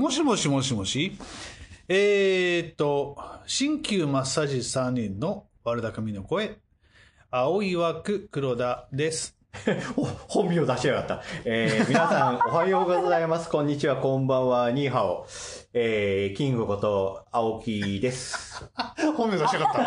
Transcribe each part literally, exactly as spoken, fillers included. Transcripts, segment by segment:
もしもしもしもし。えーっと、鍼灸マッサージさんにんの悪巧みの声、青い枠黒田です。 本名出しやがった。えー、皆さんおはようございます。こんにちは、こんばんは、ニーハオ。えー、キングこと青木です。 本名出しやがった。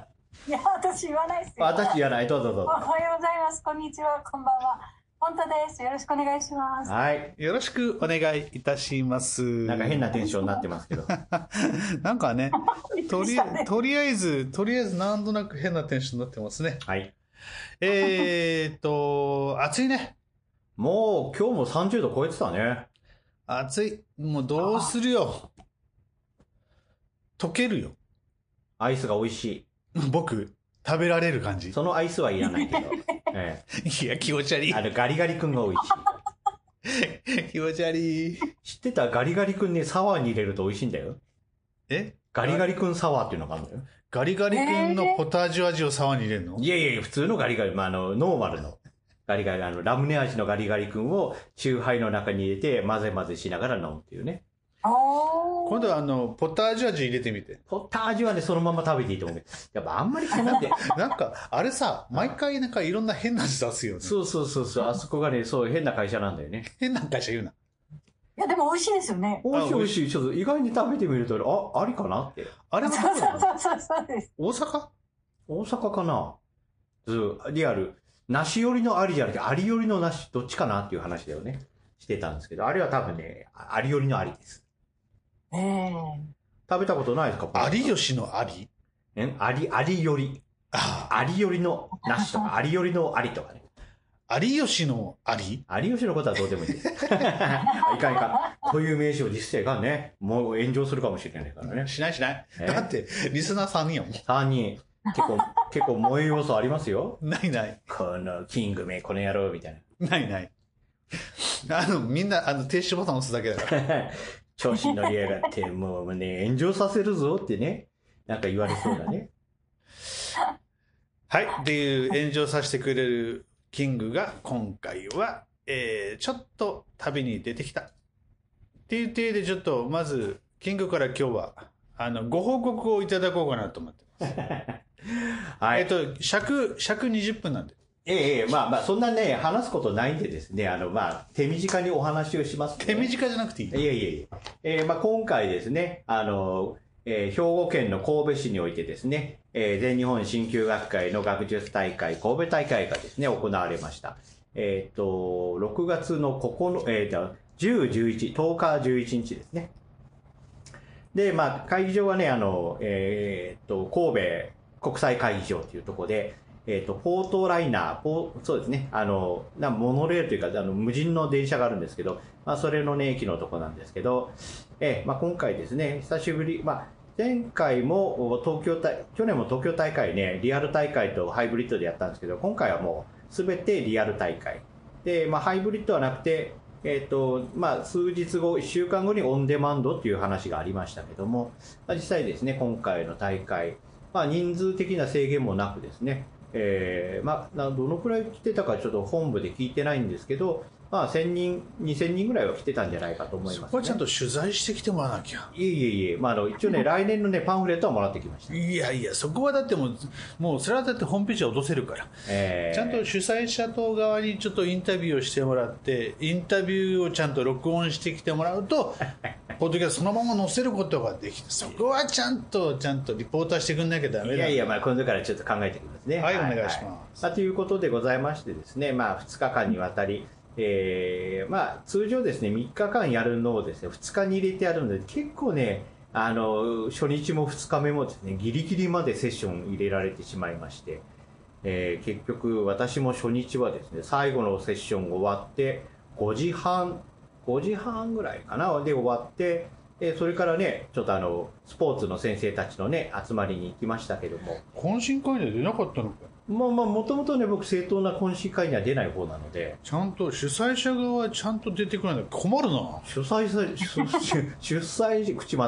いや、私言わないですよ。 私言わない。どうぞどうぞ。 おはようございます。こんにちは、こんばんは。本当です。よろしくお願いします。 はい。よろしくお願いいたします。 なんか変なテンションになってますけど。 なんかね、とり、とりあえず、とりあえずなんとなく変なテンションになってますね。 はい。 えーっと、暑いね。 もう今日もさんじゅうど超えてたね。 暑い。もうどうするよ。溶けるよ。 アイスが美味しい。 僕、食べられる感じ。 そのアイスはいらないけど。ええ、いや、気持ち悪い。 あの、ガリガリ君が美味しい。気持ち悪い。 知ってた？ガリガリ君にサワーに入れると美味しいんだよ。 え？ ガリガリ君サワーっていうのがあるんだよ。 ガリガリ君のポタージュ味をサワーに入れるの？ いやいや、普通のガリガリ、まあ、あの、ノーマルの。ガリガリ、あの、ラムネ味のガリガリ君を、チューハイの中に入れて、混ぜ混ぜしながら飲むっていうね。 今度はあの、ポタージュ味入れてみて。 ポタージュはね、そのまま食べていいと思う。やっぱあんまりなんで。 なんか、あれさ、毎回なんかいろんな変な味出すよね。 そうそうそうそう、あそこがね、そう、変な会社なんだよね。 変な会社言うな。 いや、でも美味しいですよね。 美味しい美味しい。ちょっと意外に食べてみると、あ、ありかなって。 あれはそうそうそうそうそうです。 大阪？ 大阪かな？ずリアル。梨寄りのありじゃなくて、あり寄りの梨、どっちかなっていう話だよね。してたんですけど、あれは多分ね、あり寄りのありです。 ええー。 食べたことないですか？ 有吉のあり？ えあり、ありより。ああ。ありよりの梨とか、ありよりのありとかね。 有吉のあり？ 有吉のことはどうでもいいです。いかんいかん。こういう名詞を実際がね、もう炎上するかもしれないからね。 しないしない。だって、リスナーさんにんやもん。 さんにん。結構、結構萌え要素ありますよ。 ないない。 この、キングめ、この野郎、みたいな。ないない。あの、みんな、あの、停止ボタン押すだけだから。 調子に乗りやがって、もうね、炎上させるぞってね、なんか言われそうだね。 はい。っていう炎上させてくれるキングが、今回は、えー、ちょっと旅に出てきた。っていう体で、ちょっと、まず、キングから今日は、あの、ご報告をいただこうかなと思ってます。はい。えっと、尺、尺にじゅっぷんなんで。 ええ、まあまあ、そんなね、話すことないんでですね、あの、まあ、手短にお話をします、ね。 手短じゃなくていい。 いえいえいえ。えー、まあ今回ですね、あの、えー、兵庫県の神戸市においてですね、えー、全日本鍼灸学会の学術大会、神戸大会がですね、行われました。えっと、ろくがつのここの、えー、じゅう、じゅういち、とおか、じゅういちにちですね。で、まあ、会議場はね、あの、えっと、神戸国際会議場というところで、えっと、ポートライナー、ポーそうですね、あの、なモノレールというか、あの、無人の電車があるんですけど、まあ、それのね、駅のとこなんですけど、えー、まあ、今回ですね、久しぶり、まあ、前回も東京大、去年も東京大会ね、リアル大会とハイブリッドでやったんですけど、今回はもう、すべてリアル大会。で、まあ、ハイブリッドはなくて、えっと、まあ、数日後、いっしゅうかんごにオンデマンドっていう話がありましたけども、まあ、実際ですね、今回の大会、まあ、人数的な制限もなくですね、えー、まあ、どのくらい来てたかちょっと本部で聞いてないんですけど、まあ、せんにん、にせんにんぐらいは来てたんじゃないかと思います、ね。 そこはちゃんと取材してきてもらわなきゃ。 いえいえいえ、まあ、あの、一応ね、来年のね、パンフレットはもらってきました。 いやいや、そこはだってもう、もう、それはだってホームページは落とせるから。えー、ちゃんと主催者党側にちょっとインタビューをしてもらって、インタビューをちゃんと録音してきてもらうと、ポッドキャストそのまま載せることができて、そこはちゃんと、ちゃんとリポーターしてくんなきゃダメだ。 いやいや、まあ、今度からちょっと考えてきますね。 はい、はい、お願いします。 はい、ということでございましてですね、まあ、ふつかかんにわたり、えー、まあ、通常ですね、みっかかんやるのをですね、ふつかに入れてやるので、結構ね、あの、初日もふつかめもですね、ギリギリまでセッション入れられてしまいまして、えー、結局、私も初日はですね、最後のセッション終わって、ごじはん、ごじはんぐらいかな、で終わって、えそれからね、ちょっとあの、スポーツの先生たちのね、集まりに行きましたけども。 懇親会には出なかったのか。 まあまあ、もともとね、僕正当な懇親会には出ない方なので。 ちゃんと主催者側はちゃんと出てくるの困るな。 主催者、主催者、口回ってね。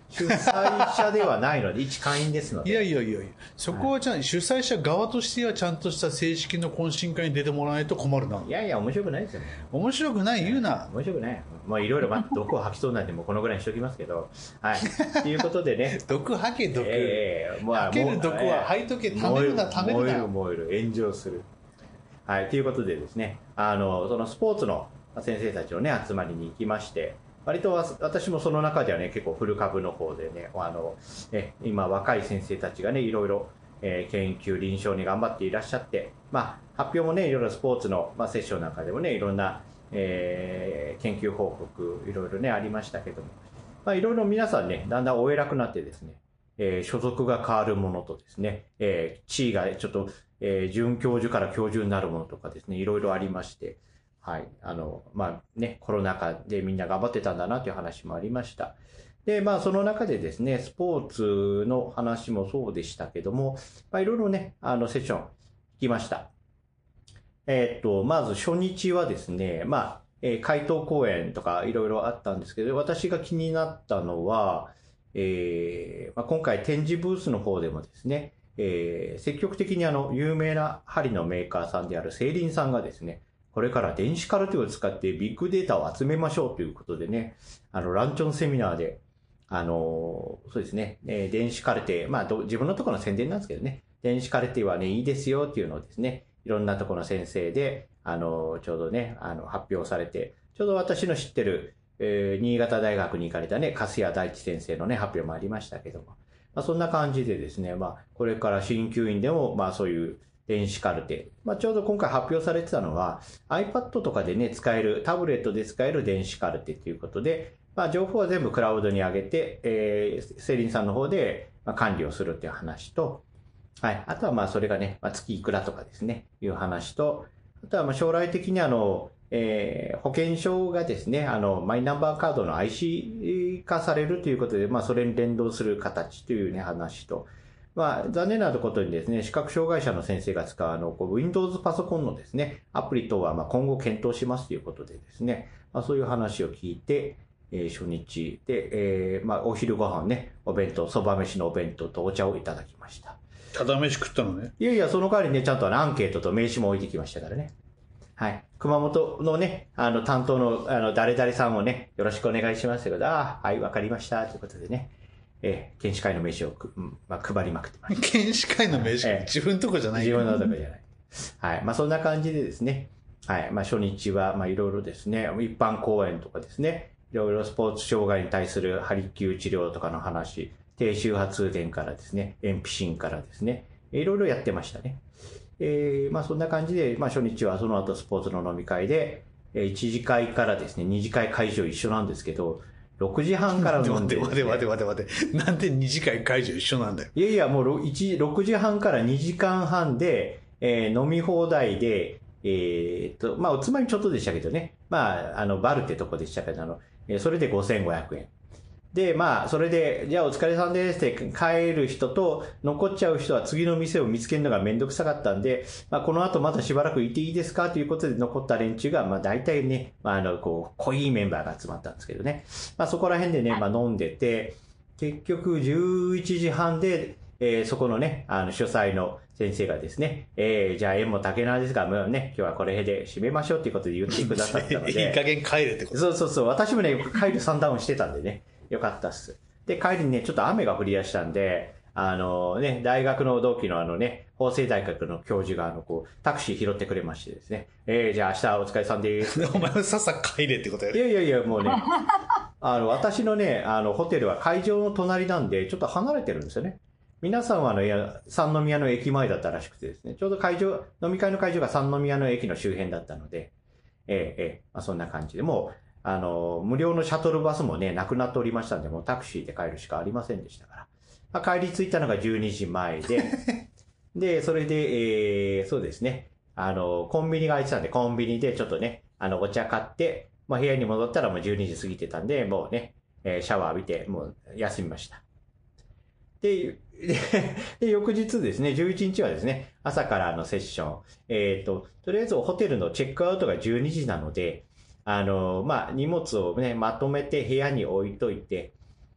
主催者ではないので、一会員ですので。 いやいやいやいや、そこはちゃん、はい、主催者側としてはちゃんとした正式の懇親会に出てもらわないと困るな。 いやいや、面白くないですよね。 面白くない言うな。 面白くない。まあいろいろ、まあ、毒を吐きそうなんで、もうこのぐらいにしておきますけど。はい。ということでね。 毒吐け、毒。 ええー、まあ、 吐ける毒は吐いとけ、溜めるな、溜めるな。 燃える、燃える、炎上する。はい。ということでですね、あの、そのスポーツの先生たちのね、集まりに行きまして、割と私もその中ではね、結構フル株の方でね、あの、え今若い先生たちがね、いろいろ、えー、研究、臨床に頑張っていらっしゃって、まあ、発表もね、いろいろスポーツの、まあ、セッションなんかでもね、いろんな、えー、研究報告、いろいろね、ありましたけども、まあ、いろいろ皆さんね、だんだんお偉くなってですね、えー、所属が変わるものとですね、えー、地位がちょっと、えー、准教授から教授になるものとかですね、いろいろありまして、はい。あの、まあね、コロナ禍でみんな頑張ってたんだなという話もありました。で、まあその中でですね、スポーツの話もそうでしたけども、まあいろいろね、あのセッション行きました。えー、っと、まず初日はですね、まあ、えー、回答講演とかいろいろあったんですけど、私が気になったのは、えーまあ、今回展示ブースの方でもですね、えー、積極的にあの、有名な針のメーカーさんであるセイリンさんがですね、これから電子カルテを使ってビッグデータを集めましょうということでね、あの、ランチョンセミナーで、あの、そうですね、えー、電子カルテ、まあ自分のところの宣伝なんですけどね、電子カルテはね、いいですよっていうのをですね、いろんなところの先生で、あの、ちょうどね、あの、発表されて、ちょうど私の知ってる、えー、新潟大学に行かれたね、粕谷大地先生のね、発表もありましたけども、まあそんな感じでですね、まあ、これから鍼灸院でも、まあそういう、電子カルテ。まあ、ちょうど今回発表されてたのは iPad とかでね、使える、タブレットで使える電子カルテということで、まあ、情報は全部クラウドに上げて、えー、セイリンさんの方で、まあ、管理をするっていう話と、はい。あとはまあ、それがね、まあ、月いくらとかですね、いう話と、あとはまあ、将来的にあの、えー、保険証がですね、あの、マイナンバーカードの アイシー 化されるということで、まあ、それに連動する形というね、話と、まあ、残念なことにですね、視覚障害者の先生が使うあの、Windows パソコンのですね、アプリ等はまあ今後検討しますということでですね、まあ、そういう話を聞いて、えー、初日で、えー、まあ、お昼ご飯ね、お弁当、そば飯のお弁当とお茶をいただきました。 ただ飯食ったのね。 いやいや、その代わりね、ちゃんとアンケートと名刺も置いてきましたからね。はい。熊本のね、あの、担当の、あの、誰々さんをね、よろしくお願いしますけど、ああ、はい、わかりました、ということでね。えー、検視会の名刺をく、まあ、配りまくってました。 検視会の名刺、えー、自分のとこじゃない自分のとこじゃない。はい。まあ、そんな感じでですね。はい。まあ、初日は、まあ、いろいろですね、一般講演とかですね、いろいろスポーツ障害に対するハリキュー治療とかの話、低周波通電からですね、エンピシンからですね、いろいろやってましたね。えー、まあ、そんな感じで、まあ、初日はその後スポーツの飲み会で、いち次会からですね、に次会会場一緒なんですけど、ろくじはんから飲んで、ね。 待て待て待て待て待て。なんでに次会会場一緒なんだよ。 いやいや、もうろくじはんからにじかんはんで、えー、飲み放題で、えー、っと、まあ、おつまみちょっとでしたけどね。まあ、あの、バルってとこでしたけど、あの、それでごせんごひゃくえん。で、まあ、それで、じゃあお疲れさんですって帰る人と、残っちゃう人は次の店を見つけるのがめんどくさかったんで、まあ、この後またしばらくいていいですかということで残った連中が、まあ、大体ね、まあ、あの、こう、濃いメンバーが集まったんですけどね。まあ、そこら辺でね、まあ、飲んでて、結局じゅういちじはんで、えー、そこのね、あの、主催の先生がですね、えー、じゃあ縁も竹縄ですが、もうね、今日はこれで締めましょうっていうことで言ってくださったので。 いい加減帰れってこと。 そうそうそう。私もね、帰る算段をしてたんでね。よかったっす。で、帰りにね、ちょっと雨が降り出したんで、あのね、大学の同期のあのね、法政大学の教授があの、こう、タクシー拾ってくれましてですね。えー、じゃあ明日お疲れさんでーす。 お前はさっさ帰れってことやね。 いやいやいや、もうね、あの、私のね、あの、ホテルは会場の隣なんで、ちょっと離れてるんですよね。皆さんはあの、いや、三宮の駅前だったらしくてですね、ちょうど会場、飲み会の会場が三宮の駅の周辺だったので、えー、えー、まあ、そんな感じで、もう、あの、無料のシャトルバスもね、なくなっておりましたんで、もうタクシーで帰るしかありませんでしたから。まあ、帰り着いたのがじゅうにじまえで、で、それで、えー、そうですね、あの、コンビニが空いてたんで、コンビニでちょっとね、あの、お茶買って、まあ、部屋に戻ったらもうじゅうにじ過ぎてたんで、もうね、えー、シャワー浴びて、もう休みました。で、で、で翌日ですね、じゅういちにちはですね、朝からあのセッション、えっと、とりあえずホテルのチェックアウトがじゅうにじなので、あの、まあ、荷物をね、まとめて部屋に置いといて、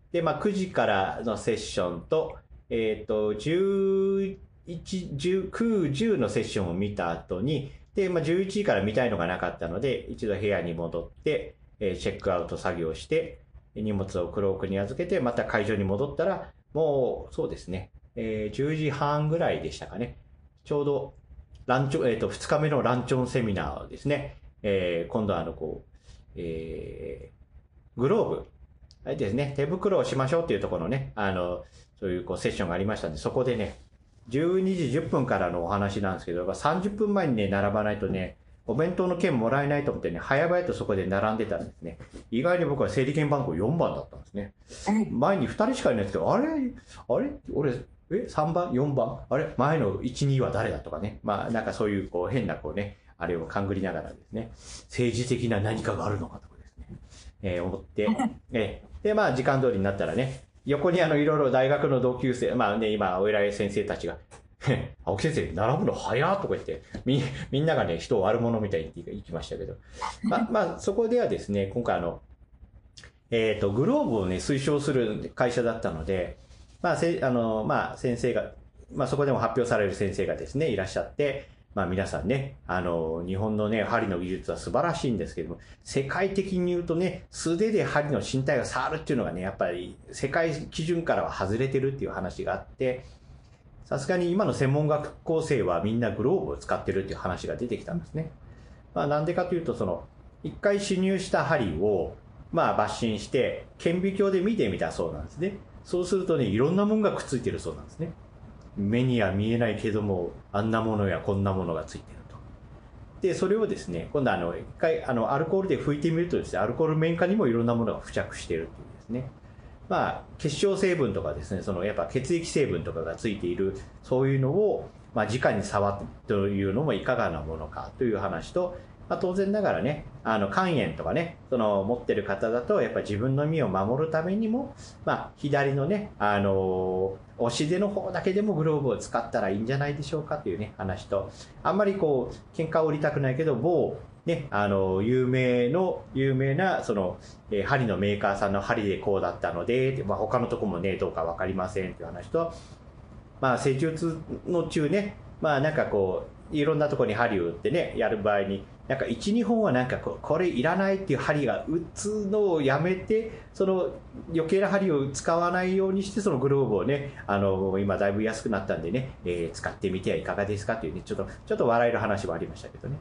で、まあ、くじからのセッションと、えっと、じゅういち、じゅう、きゅう、じゅうのセッションを見た後に、で、まあ、じゅういちじから見たいのがなかったので、一度部屋に戻って、えーチェックアウト作業して、荷物をクロークに預けて、また会場に戻ったら、もう、そうですね、えーじゅうじはんぐらいでしたかね。ちょうど、ランチョン、えっと、ふつかめのランチョンセミナーですね。えー今度はあの、こう、えーグローブ、あれですね、手袋をしましょうっていうところのね、あの、そういうこうセッションがありましたんで、そこでね、じゅうにじじゅっぷんからのお話なんですけど、さんじゅっぷんまえにね、並ばないとね、お弁当の券もらえないと思ってね、早々とそこで並んでたんですね。意外に僕は整理券番号よんばんだったんですね。前にふたりしかいないんですけど、あれあれ俺、え ?さん 番 ?よん 番あれ前のいち、には誰だとかね。まあ、なんかそういうこう変なこうね、あれを勘ぐりながらですね、政治的な何かがあるのかとかですね、えー思って、えーで、まあ、時間通りになったらね、横にあの、いろいろ大学の同級生、まあね、今、お偉い先生たちが、青木先生、並ぶの早っとか言って、み、みんながね、人を悪者みたいに言って行きましたけど。まあ、まあ、そこではですね、今回あの、えっと、グローブをね、推奨する会社だったので、まあ、せ、あの、まあ、先生が、まあ、そこでも発表される先生がですね、いらっしゃって、まあ、皆さんね、あの、日本のね、針の技術は素晴らしいんですけども、世界的に言うとね、素手で針の身体を触るっていうのがね、やっぱり世界基準からは外れてるっていう話があって、さすがに今の専門学校生はみんなグローブを使ってるっていう話が出てきたんですね。まあ、なんでかというと、その、一回試入した針を、まあ、抜針して、顕微鏡で見てみたそうなんですね。そうするとね、いろんなものがくっついてるそうなんですね。目には見えないけども、あんなものやこんなものがついてると。で、それをですね、今度あの、一回、あの、アルコールで拭いてみるとですね、アルコール綿化にもいろんなものが付着しているというですね。まあ、結晶成分とかですね、その、やっぱ血液成分とかがついている、そういうのを、まあ、直に触ってというのもいかがなものかという話と、まあ、当然ながらね、あの、肝炎とかね、その、持ってる方だと、やっぱり自分の身を守るためにも、まあ、左のね、あの、押し出の方だけでもグローブを使ったらいいんじゃないでしょうかというね、話と、あんまりこう、喧嘩を売りたくないけど、某、ね、あの、有名の、有名な、その、えー針のメーカーさんの針でこうだったので、まあ、他のとこもね、どうかわかりませんという話と、まあ、施術の中ね、まあ、なんかこう、いろんなところに針を打ってね、やる場合に、なんかいち、にほんはなんかこう、これいらないっていう針が打つのをやめて、その余計な針を使わないようにして、そのグローブをね、あの、今だいぶ安くなったんでね、えー使ってみてはいかがですかというね、ちょっと、ちょっと笑える話もありましたけどね。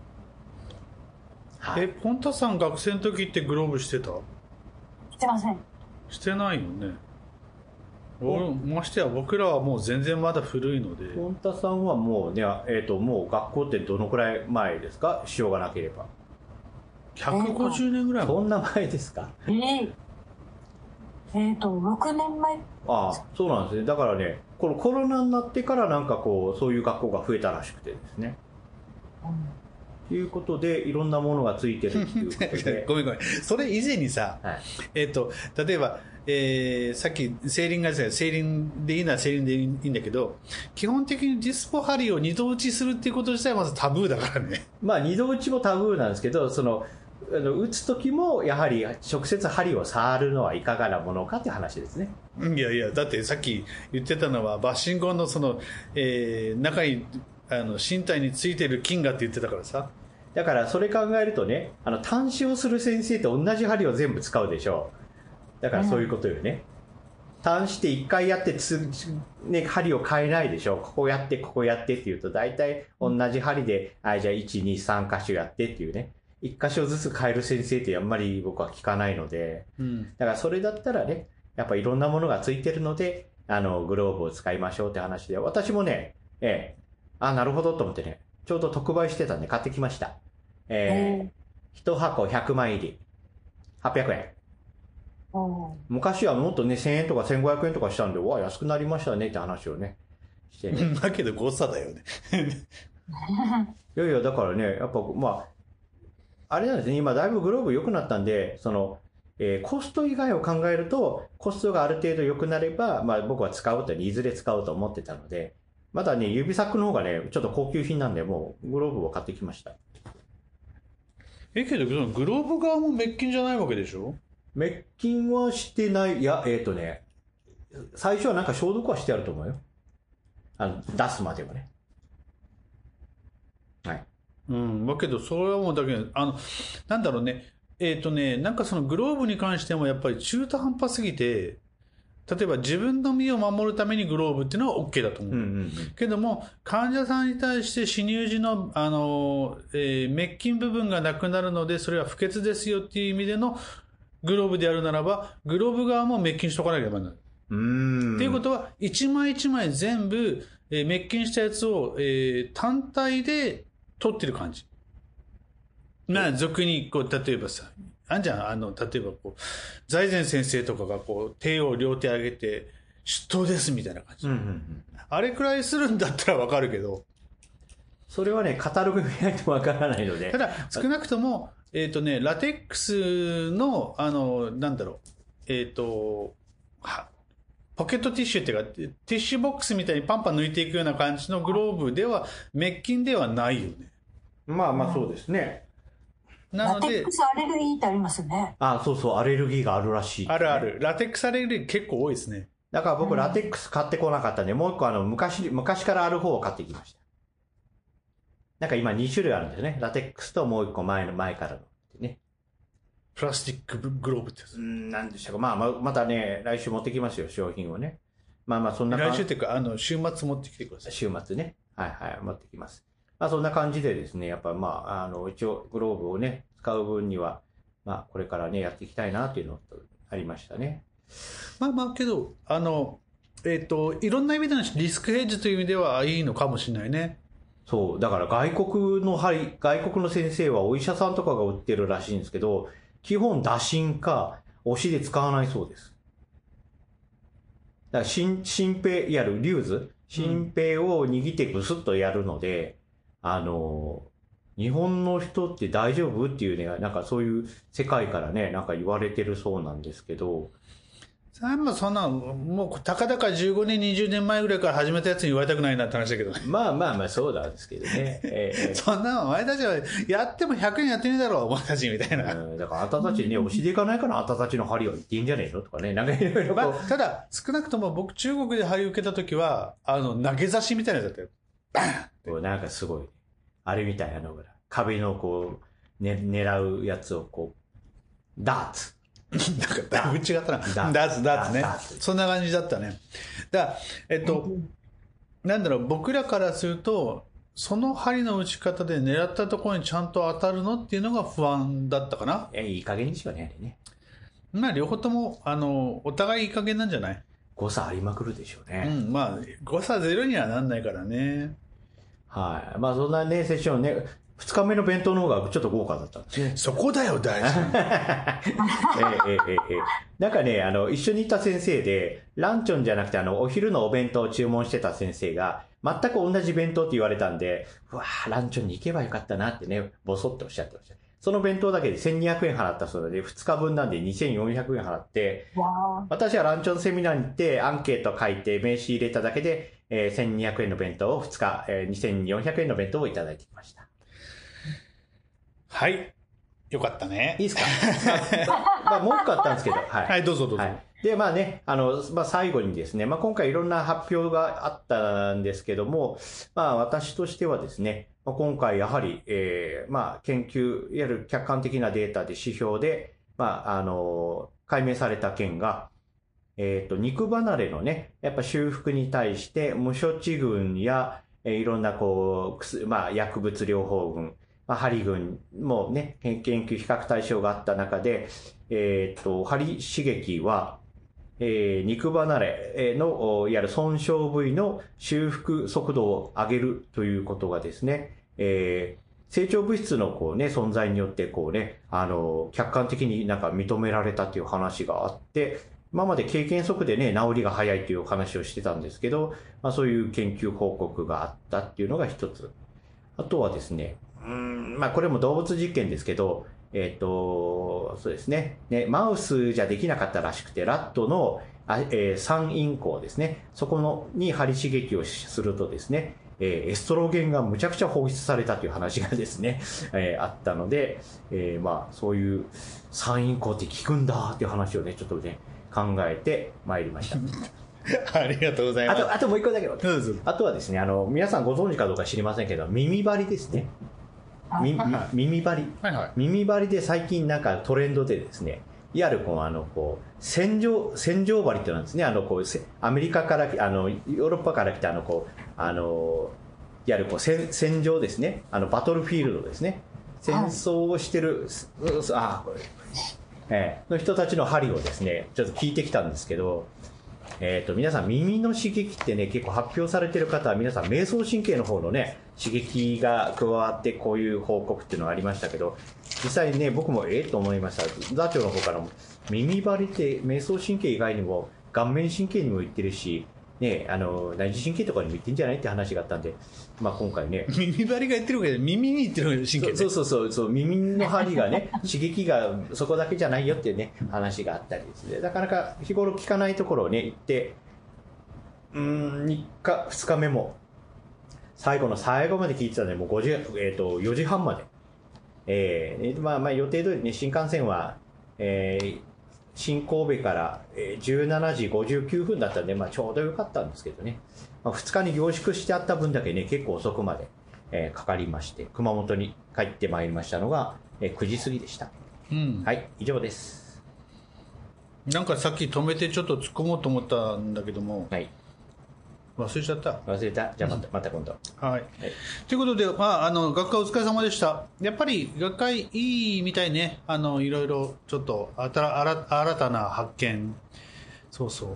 はい、 え、ポンタさん学生の時ってグローブしてた？ してません。 してないよね。おましてや僕らはもう全然まだ古いので。 ポンタさんはもうね、えっ、と、もう学校ってどのくらい前ですか？しようがなければ。 ひゃくごじゅうねんぐらい前。 そんな前ですか？ えー、えっ、と、ろくねんまえ。 ああ、そうなんですね。だからね、このコロナになってからなんかこう、そういう学校が増えたらしくてですね。 うんということで、いろんなものがついてるっていうことで。 ごめんごめん。それ以前にさ、 はい、 えっと、例えば、えー、さっき、セーリングがですね、セーリンでいいならセーリンでいいんだけど、基本的にディスポ針を二度打ちするっていうこと自体はまずタブーだからね。 まあ、二度打ちもタブーなんですけど、その、あの打つ時もやはり直接針を触るのはいかがなものかっていう話ですね。 いやいや、だってさっき言ってたのは、抜針後のその、えー、中に、あの、身体についてる菌がって言ってたからさ。 だからそれ考えるとね、あの、端子をする先生と同じ針を全部使うでしょう。だからそういうことよね。うん、端子って一回やってつ、ね、針を変えないでしょう。ここやって、ここやってって言うと、大体同じ針で、あ、じゃあいち、に、さん箇所やってっていうね。一箇所ずつ変える先生ってあんまり僕は聞かないので、うん、だからそれだったらね、やっぱいろんなものがついてるので、あの、グローブを使いましょうって話で、私もね、ええ、あ、なるほどと思ってね、ちょうど特売してたんで買ってきました。えー、一箱ひゃくまい入り、はっぴゃくえん。昔はもっとね、せんえんとかせんごひゃくえんとかしたんで、うわ、安くなりましたねって話をね、してね。 だけど誤差だよね。 いやいや、だからね、やっぱ、まあ、あれなんですね、今だいぶグローブ良くなったんで、その、えー、コスト以外を考えると、コストがある程度良くなれば、まあ僕は使うと、いずれ使うと思ってたので、まだね、指サックの方がね、ちょっと高級品なんで、もうグローブを買ってきました。 え、けど、グローブ側も滅菌じゃないわけでしょ？ 滅菌はしてない。いや、えっ、ー、とね、最初はなんか消毒はしてあると思うよ。あの、出すまではね。はい。 うん、だけど、それはもうだけど、あの、なんだろうね、えっとね、なんかそのグローブに関してもやっぱり中途半端すぎて、例えば自分の身を守るためにグローブっていうのは OK だと思う。 うんうんうん、 けども、患者さんに対して侵入時の、あの、えー、滅菌部分がなくなるので、それは不潔ですよっていう意味でのグローブであるならば、グローブ側も滅菌しとかなければならない。 うーん。 っていうことは、一枚一枚全部、えー、滅菌したやつを、えー、単体で取ってる感じ。まあ、俗に、こう、例えばさ、あんじゃん、あの、例えばこう、財前先生とかがこう、手を両手上げて、出頭ですみたいな感じ。 うんうんうん、 あれくらいするんだったらわかるけど。 それはね、カタログ見ないとわからないので。 ただ、少なくとも、えっとね、ラテックスの、あの、なんだろう、えっと、は、ポケットティッシュっていうか、ティッシュボックスみたいにパンパン抜いていくような感じのグローブでは、滅菌ではないよね。 まあまあそうですね。 なので、 ラテックスアレルギーってありますよね。 あ、そうそう、アレルギーがあるらしい、ね。 あるある。ラテックスアレルギー結構多いですね。 だから僕、ラテックス買ってこなかったんで、もう一個あの、昔、昔からある方を買ってきました。なんか今に種類あるんですよね。ラテックスともう一個前の、前からの。ね。 プラスチックグローブってやつ。 うん、なんでしたか。まあ、ままたね、来週持ってきますよ、商品をね。まあまあ、そんな感じ。 来週っていうか、あの、週末持ってきてください。 週末ね。はいはい、持ってきます。まあそんな感じでですね、やっぱまあ、あの、一応グローブをね、使う分には、まあこれからね、やっていきたいなっていうのがありましたね。 まあまあけど、あの、えっと、いろんな意味でのリスクヘッジという意味ではいいのかもしれないね。 そう。だから外国の針、外国の先生はお医者さんとかが売ってるらしいんですけど、基本打診か押しで使わないそうです。だから新、新兵、いわゆるリューズ新兵を握ってブスッとやるので、うん、あの、日本の人って大丈夫っていうね、なんかそういう世界からね、なんか言われてるそうなんですけど。 まあそんな、もうたかだかじゅうごねん、にじゅうねんまえぐらいから始めたやつに言われたくないなって話だけどね。 まあまあまあそうなんですけどね。えー、 そんなお前たちはやってもひゃくえんやってねえだろう、お前たちみたいな。 うん、だからあんたたちね、押しでいかないからあんたたちの針を言っていいんじゃねえのとかね、なんかいろいろ。 まあ、ただ、少なくとも僕中国で針受けた時は、あの、投げ差しみたいなやつだったよ。 バンなんかすごい。あれみたい、あの、壁のこう、ね、狙うやつをこう、ダーツ。 なんかだいぶ違ったな。ダーツ、ダーツね。そんな感じだったね。だから、えっと、なんだろう、僕らからすると、その針の打ち方で狙ったところにちゃんと当たるのっていうのが不安だったかな。 え、いい加減にしようね、あれね。 まあ、両方とも、あの、お互いいい加減なんじゃない？ 誤差ありまくるでしょうね。 うん、まあ、誤差ゼロにはなんないからね。 はい。まあ、そんなね、セッションね、二日目の弁当の方がちょっと豪華だったんですね。 そこだよ、大事。 ええええええ。なんかね、あの、一緒にいた先生で、ランチョンじゃなくて、あの、お昼のお弁当を注文してた先生が、全く同じ弁当って言われたんで、うわぁ、ランチョンに行けばよかったなってね、ボソっておっしゃってました。その弁当だけでせんにひゃくえん払ったそうで、二日分なんでにせんよんひゃくえん払って、私はランチョンセミナーに行ってアンケート書いて名刺入れただけで、えー、せんにひゃくえんの弁当をふつか、えー、にせんよんひゃくえんの弁当をいただいてきました。 はい。よかったね。 いいですかまあ、もう一個あったんですけど。はい。 はい、どうぞどうぞ。 はい、で、まあね、あの、まあ最後にですね、まあ今回いろんな発表があったんですけども、まあ私としてはですね、まあ、今回やはり、えー、まあ研究、いわゆる客観的なデータで指標で、まああの、解明された件が、えっと、肉離れのね、やっぱ修復に対して無処置群や、えー、いろんなこう、まあ薬物療法群、まあ、針群もね、研究比較対象があった中で、えっと、針刺激は、えー、肉離れの、いわゆる損傷部位の修復速度を上げるということがですね、えー、成長物質のこうね、存在によってこうね、あの、客観的になんか認められたという話があって、今まで経験則でね、治りが早いという話をしてたんですけど、まあそういう研究報告があったっていうのが一つ。あとはですね、うーん、まあこれも動物実験ですけど、えっと、そうですね。ね、マウスじゃできなかったらしくて、ラットの、えー、三陰孔ですね。そこのに針刺激をするとですね、 えーエストロゲンがむちゃくちゃ放出されたという話がですね、えーあったので、えーまあ、そういう産院抗って効くんだっていう話をね、ちょっとね、考えてまいりました。 ありがとうございます。 あと、あともう一個だけど、 どうぞ。 あとはですね、あの、皆さんご存知かどうか知りませんけど、耳張りですね。みはいはい耳張り。 はいはい。 耳張りで最近なんかトレンドでですね、いわゆるこう、あの、こう、洗浄、洗浄針ってなんですね。あの、こう、せアメリカからき、あの、ヨーロッパから来たあの、こう、あの、いわゆるこう、戦戦場ですね。あの、バトルフィールドですね。戦争をしてる、すあ、これ、えーの人たちの針をですね、ちょっと聞いてきたんですけど、えっと、皆さん耳の刺激ってね、結構発表されてる方は皆さん迷走神経の方のね、刺激が加わってこういう報告っていうのがありましたけど、実際にね、僕もええと思いました。座長の方からも、耳張りって迷走神経以外にも顔面神経にもいってるし、ね、あの、内耳神経とかにもいってんじゃないって話があったんで、まあ今回ね、 耳張りが言ってるわけで、耳に言ってる神経ね。 そうそうそうそう、耳の針がね、刺激がそこだけじゃないよっていうね、話があったりですね。なかなか日頃聞かないところをね、行って、うーん、みっか、ふつかめも、最後の最後まで聞いてたので、もうごじ、えっと、よじはんまで。えー、まあまあ予定通りね、新幹線は、えー、新神戸からえーじゅうしちじごじゅうきゅうふんだったんで、まあちょうどよかったんですけどね。まあ、ふつかに凝縮してあった分だけね、結構遅くまで、えーかかりまして、熊本に帰ってまいりましたのが、えーくじ過ぎでした。 うん。 はい、以上です。 なんかさっき止めてちょっと突っ込もうと思ったんだけども、 はい。 忘れちゃった。 忘れた。じゃあまた、また今度。 はい。 はい。 ということで、まあ、あの、学会お疲れ様でした。やっぱり、学会いいみたいね。あの、いろいろ、ちょっと、あたら、新新たな発見。そうそう。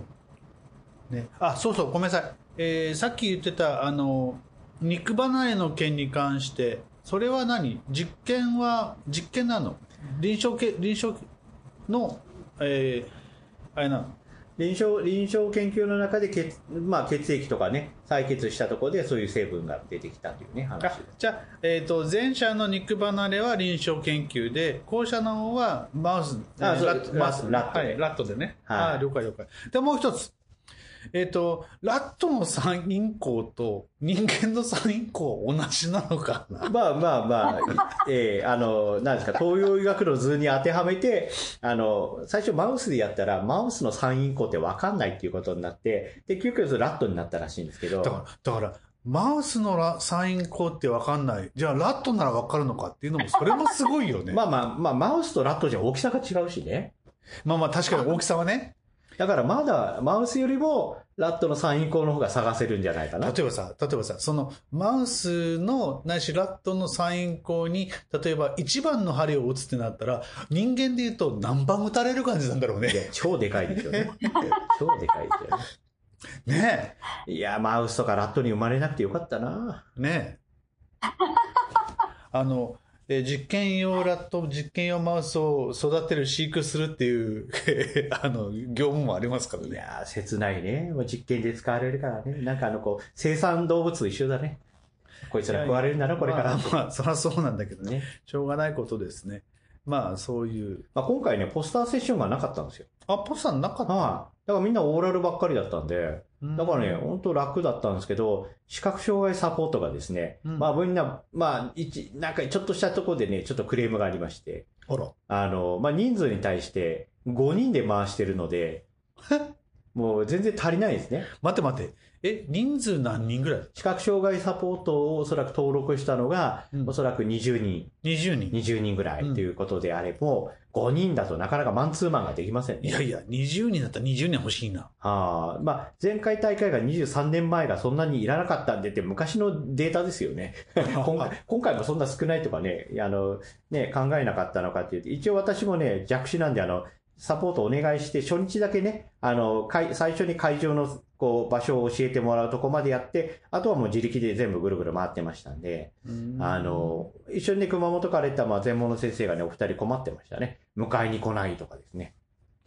ね。あ、そうそう、ごめんなさい。えーさっき言ってた、あの、肉離れの件に関して、それは何実験は、実験なの臨床け、臨床の、えー、あれなの臨床、臨床研究の中で血、まあ、血液とかね、採血したところでそういう成分が出てきたというね、話です。 じゃあ、えー、と前者の肉離れは臨床研究で後者の方はマウスあそうラットラットラットではい、ラットでね、 はいあ了解了解でもう一つ、えー、とラットの産院孔と人間の産院孔同じなのかな。 まあまあまあ、えー、あの、なんですか、東洋医学の図に当てはめて、あの、最初マウスでやったら、マウスの産院孔って分かんないっていうことになって、で、急遽ラットになったらしいんですけど。 だからだからマウスのラ産院孔って分かんない、じゃあラットなら分かるのかっていうのもそれもすごいよね。 まあまあまあ、マウスとラットじゃ大きさが違うしね。 まあまあ確かに大きさはね。 だからまだマウスよりもラットの産院孔の方が探せるんじゃないかな。 例えばさ、例えばさ、そのマウスのないしラットの産院孔に、例えばいちばんの針を打つってなったら、人間で言うと何番打たれる感じなんだろうね。 いや、超でかいですよね。超でかいですよね。 ねいや、マウスとかラットに生まれなくてよかったな。 え。ねえ。あの、え実験用ラット、実験用マウスを育てる、飼育するっていうあの、業務もありますからね。 いやー、切ないね。もう実験で使われるからね。なんかあの、こう、生産動物と一緒だね。こいつら食われるんだな、これから。 まあ、まあ、そりゃそうなんだけどね。 ね。 しょうがないことですね。まあ、そういう。 まあ、今回ね、ポスターセッションがなかったんですよ。 あ、ポスターなかった。 はい。だからみんなオーラルばっかりだったんで、 うんだからね、本当楽だったんですけど、視覚障害サポートがですね、 うんまあみんな、まあ、一、なんかちょっとしたところでね、ちょっとクレームがありまして、 あら。 あの、まあ人数に対してごにんで回してるので、もう全然足りないですね。 待って待って。え、人数何人ぐらい？ 視覚障害サポートをおそらく登録したのが、 うんおそらくにじゅうにん、 にじゅうにん。 にじゅうにんぐらいということであれば、ごにんだとなかなかマンツーマンができませんね。 いやいや、にじゅうにんだったらにじゅうにん欲しいな。 あまあ、前回大会がにじゅうさんねんまえがそんなにいらなかったんでって昔のデータですよね。今回今回もそんな少ないとかね、あの、ね、考えなかったのかっていうと、一応私もね、弱視なんであの、サポートお願いして、初日だけね、あの、最初に会場のこう場所を教えてもらうとこまでやって、あとはもう自力で全部ぐるぐる回ってましたんで、あの、一緒にね、熊本から行ったまあ全盲の先生がね、お二人困ってましたね。迎えに来ないとかですね。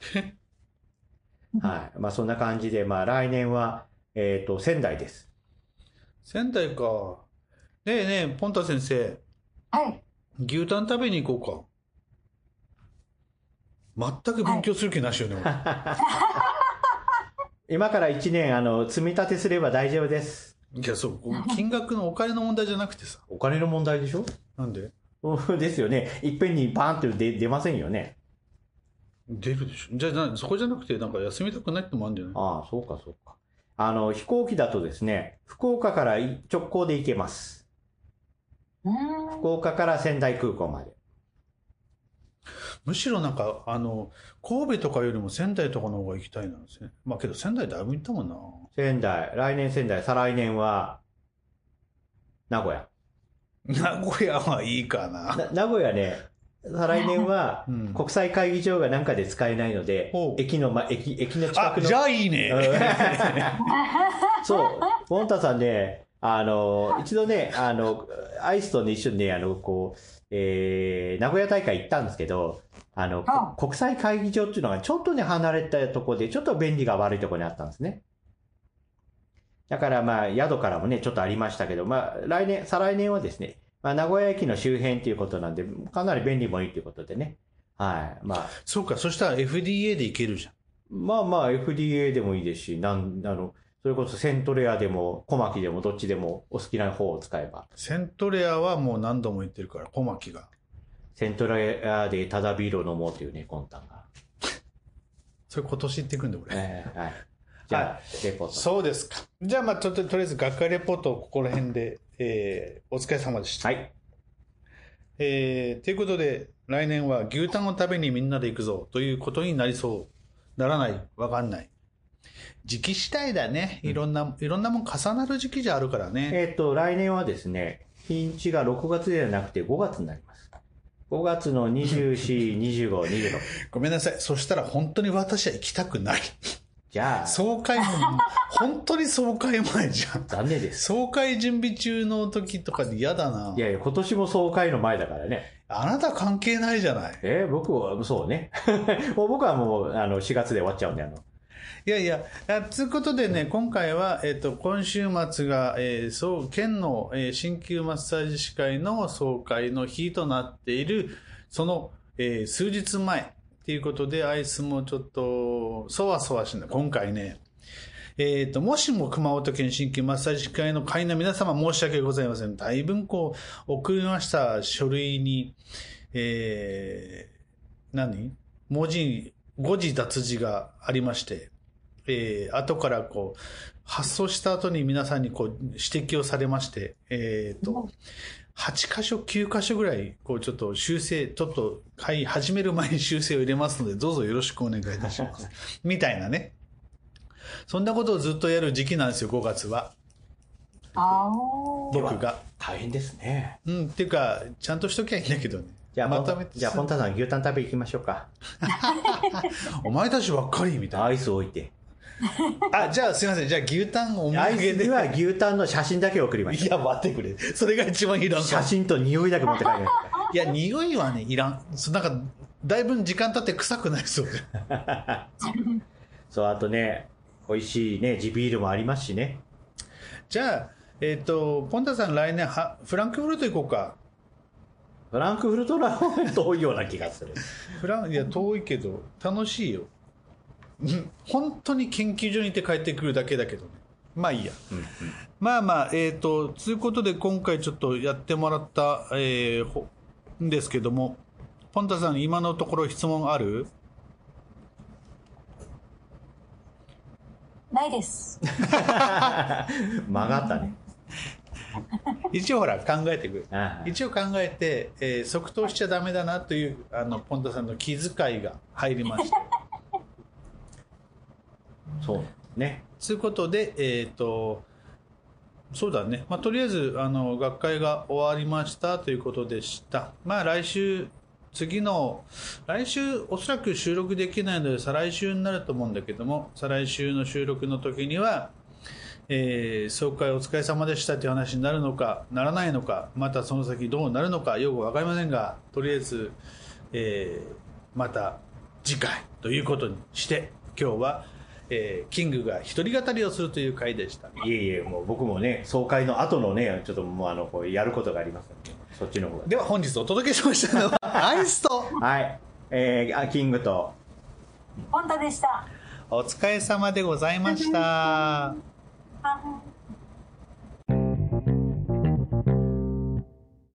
はい。まあそんな感じで、まあ来年は、えっと、仙台です。 仙台か。ねえねえ、ポンタ先生。 はい。 牛タン食べに行こうか。全く勉強する気なしよね、 今からいちねん、あの、積み立てすれば大丈夫です。 いや、そう、金額のお金の問題じゃなくてさ。 お金の問題でしょ？ なんで？ ですよね。いっぺんにバーンって出出ませんよね。 出るでしょ。じゃあ、そこじゃなくて、なんか休みたくないってのもあるんじゃない？ ああ、そうかそうか。あの、飛行機だとですね、福岡から直行で行けます。福岡から仙台空港まで。 むしろなんか、あの、神戸とかよりも仙台とかの方が行きたいなんですね。まあけど仙台だいぶ行ったもんな。 仙台、来年仙台、再来年は、名古屋。 名古屋はいいかな。 な名古屋ね、再来年はうん国際会議場がなんかで使えないので、 ほう駅の、ま、駅、駅の近あ、 くの。 じゃあいいね。 そう、モンタさんね、あの、一度ね、あの、アイスとね、一緒にね、あの、こう、えー、名古屋大会行ったんですけど、あの、 あ国際会議場っていうのがちょっとね、離れたところで、ちょっと便利が悪いところにあったんですね。だからまあ、宿からもね、ちょっとありましたけど、まあ、来年、再来年はですね、まあ、名古屋駅の周辺っていうことなんで、かなり便利もいいということでね。はい。まあ。 そうか、そしたら エフディーエー で行けるじゃん。 まあまあ、エフディーエー でもいいですし、なん、あの、それこそセントレアでも、小牧でも、どっちでもお好きな方を使えば。 セントレアはもう何度も言ってるから、小牧が。 セントレアでただビールを飲もうというね、魂胆が。 それ今年行ってくんだ、俺。 えーはい。じゃあ、レポート。 そうですか。じゃあ、まあ、と、とりあえず学会レポートをここら辺で、えー、お疲れ様でした。 はい。 えー、ということで、来年は牛タンを食べにみんなで行くぞ、ということになりそう。ならない。わかんない。時期次第だね。いろんな、いろんなもん重なる時期じゃあるからね。 えっと、来年はですね、日にちがろくがつではなくてごがつになります。ごがつのにじゅうよん、にじゅうご、にじゅうろく。 ごめんなさい。そしたら本当に私は行きたくない。 じゃあ、 総会も、本当に総会前じゃん。 残念です。 総会準備中の時とかで嫌だな。 いやいや、今年も総会の前だからね。 あなた関係ないじゃない。 えー僕は、そうね。もう僕はもう、あの、しがつで終わっちゃうんで、あの。 いやいや、ということでね、今回は、えっと、今週末が、えー、そう、県の、えー、鍼灸マッサージ師会の総会の日となっている、その、えー、数日前ということで、アイスもちょっと、そわそわしない。今回ね、えっと、もしも熊本県鍼灸マッサージ師会の会員の皆様申し訳ございません。だいぶこう、送りました書類に、えー、何文字、誤字脱字がありまして、えー、後からこう、発送した後に皆さんにこう、指摘をされまして、えっと、はち箇所、きゅう箇所ぐらい、こう、ちょっと修正、ちょっと、会始める前に修正を入れますので、どうぞよろしくお願いいたします。みたいなね。そんなことをずっとやる時期なんですよ、ごがつは。 あ僕が。 大変ですね。 うん、っていうか、ちゃんとしときゃいいんだけどね。 じゃあ、 まとめて。 じゃあ、ポンタさん、牛タン食べ行きましょうか。 お前たちばっかりみたいな。 アイス置いて。 あ、じゃあすいません。じゃあ牛タンお土アイ産で。 スには牛タンの写真だけ送りましいや、待ってくれ。それが一番いらん。 写真と匂いだけ持って帰りましいや、匂いはね、いらん。そなんか、だいぶ時間経って臭くなりそうで。 そう、あとね、美味しいね、地ビールもありますしね。 じゃあ、えっ、と、ポンタさん来年は、フランクフルト行こうか。 フランクフルトラー遠いような気がする。 フラン、いや、遠いけど、楽しいよ。うん本当に研究所にいて帰ってくるだけだけどね。まあいいや。 うんうん、 まあまあ、えっ、と、ということで今回ちょっとやってもらった、えー、ほんですけども、ポンタさん今のところ質問ある？ ないです。 曲がったね。 一応ほら考えてくる。 ああ一応考えて、えー即答しちゃダメだなというあのポンタさんの気遣いが入りました。 そうね。 ということで、えっ、と、そうだね。まあ、とりあえず、あの、学会が終わりましたということでした。まあ、来週、次の、来週、おそらく収録できないので、再来週になると思うんだけども、再来週の収録の時には、えー、総会お疲れ様でしたという話になるのか、ならないのか、またその先どうなるのか、よくわかりませんが、とりあえず、えー、また次回ということにして、今日は、えー、キングが一人語りをするという回でした。 いえいえ、もう僕もね、総会の後のね、ちょっともうあの、こうやることがありますので、そっちの方が。 では本日お届けしましたのはアイスとはい。えー、あキングと、 ポンタでした。 お疲れ様でございました。 はい